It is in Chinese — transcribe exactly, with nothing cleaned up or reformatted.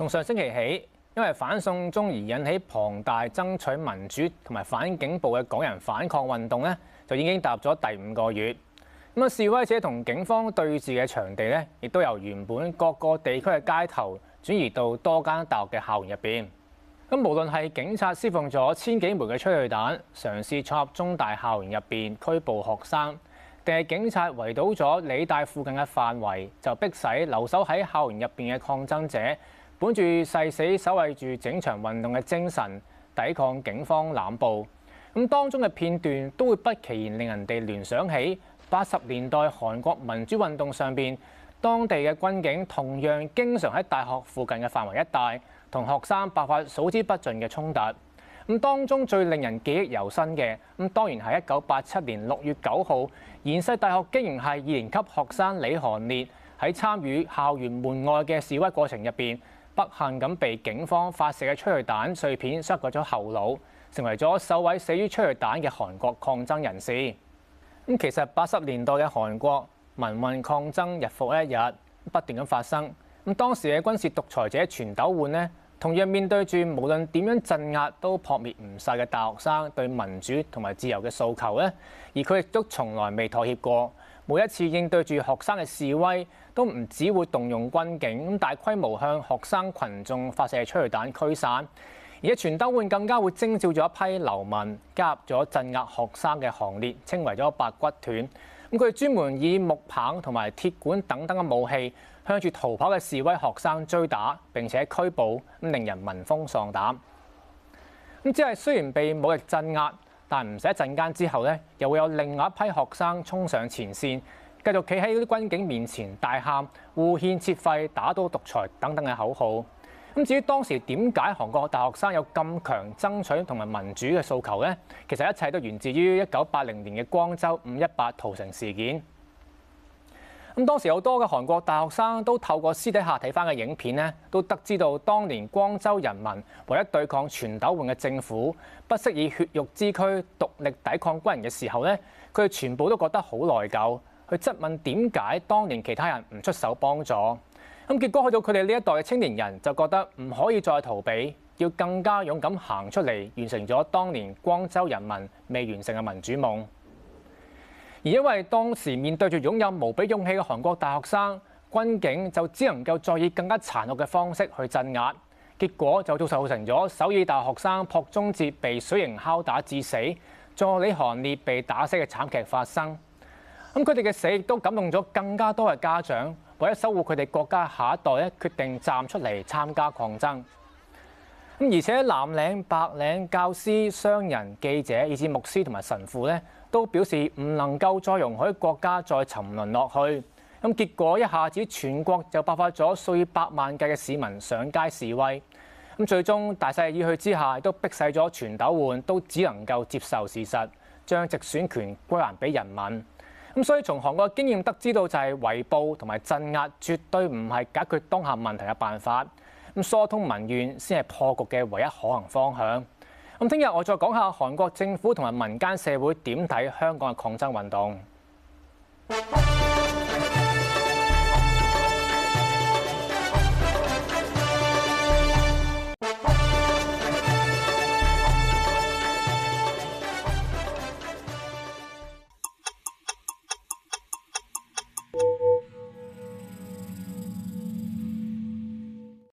從上星期起，因為反送中而引起龐大爭取民主同埋反警暴嘅港人反抗運動咧，就已經踏入咗第五個月。咁啊，示威者同警方對峙嘅場地咧，亦都由原本各個地區嘅街頭轉移到多間大學嘅校園入邊。咁無論係警察施放咗千幾枚嘅催淚彈，嘗試闖入中大校園入邊拘捕學生，定係警察圍堵咗理大附近嘅範圍，就迫使留守喺校園入邊嘅抗爭者，本住誓死守衛住整場運動嘅精神，抵抗警方濫捕。咁當中嘅片段都會不期然令人哋聯想起八十年代韓國民主運動上邊，當地嘅軍警同樣經常喺大學附近嘅範圍一帶同學生爆發數之不盡嘅衝突。咁當中最令人記憶猶新嘅，咁當然係一九八七年六月九號，延世大學經營系二年級學生李韓烈喺參與校園門外嘅示威過程入邊，不幸咁被警方發射嘅催淚彈碎片削割咗後腦，成為咗首位死於催淚彈嘅韓國抗爭人士。咁其實八十年代嘅韓國民運抗爭日復一日，不斷咁發生。咁當時嘅軍事獨裁者全斗煥呢，同樣面對住無論點樣鎮壓都撲滅唔晒嘅大學生對民主同埋自由嘅訴求咧，而佢亦都從來未妥協過。每一次應對住學生嘅示威，都唔只會動用軍警咁大規模向學生群眾發射催淚彈驅散，而且全斗煥更加會徵召咗一批流民加入咗鎮壓學生嘅行列，稱為咗白骨團。咁佢專門以木棒同埋鐵管等等嘅武器，向住逃跑嘅示威學生追打，並且拘捕，咁令人聞風喪膽。咁只係雖然被武力鎮壓，但唔使一陣間之後咧，又會有另外一批學生衝上前線，繼續企喺嗰啲軍警面前大喊護憲撤廢、打倒獨裁等等嘅口號。咁至於當時點解韓國大學生有咁強爭取同埋民主嘅訴求呢？其實一切都源自於一九八零年嘅光州五一八屠城事件。咁當時好多嘅韓國大學生都透過私底下睇返嘅影片咧，都得知到當年光州人民為咗對抗全斗煥嘅政府，不惜以血肉之軀獨力抵抗軍人嘅時候咧，佢哋全部都覺得好內疚，去質問點解當年其他人唔出手幫助。咁結果去到佢哋呢一代嘅青年人就覺得唔可以再逃避，要更加勇敢行出嚟，完成咗當年光州人民未完成嘅民主夢。而因為當時面對住擁有無比勇氣嘅韓國大學生，軍警就只能夠再以更加殘酷嘅方式去鎮壓，結果就造成咗首爾大學生朴忠哲被水刑敲打致死，助理韓烈被打死嘅慘劇發生。咁佢哋嘅死亦都感動咗更加多嘅家長，為咗守護佢哋國家下一代咧，決定站出嚟參加抗爭。咁而且藍領、白領、教師、商人、記者，以至牧師同埋神父咧，都表示唔能夠再容許國家再沉淪落去。咁結果一下子全國就爆發咗數以百萬計嘅市民上街示威。咁最終大勢已去之下，都迫使咗全斗煥都只能夠接受事實，將直選權歸還俾人民。咁所以從韓國嘅經驗得知到，就係圍捕同埋鎮壓絕對唔係解決當下問題嘅辦法。咁疏通民怨先係破局嘅唯一可行方向。咁聽日我再講下韓國政府同埋民間社會點睇香港嘅抗爭運動。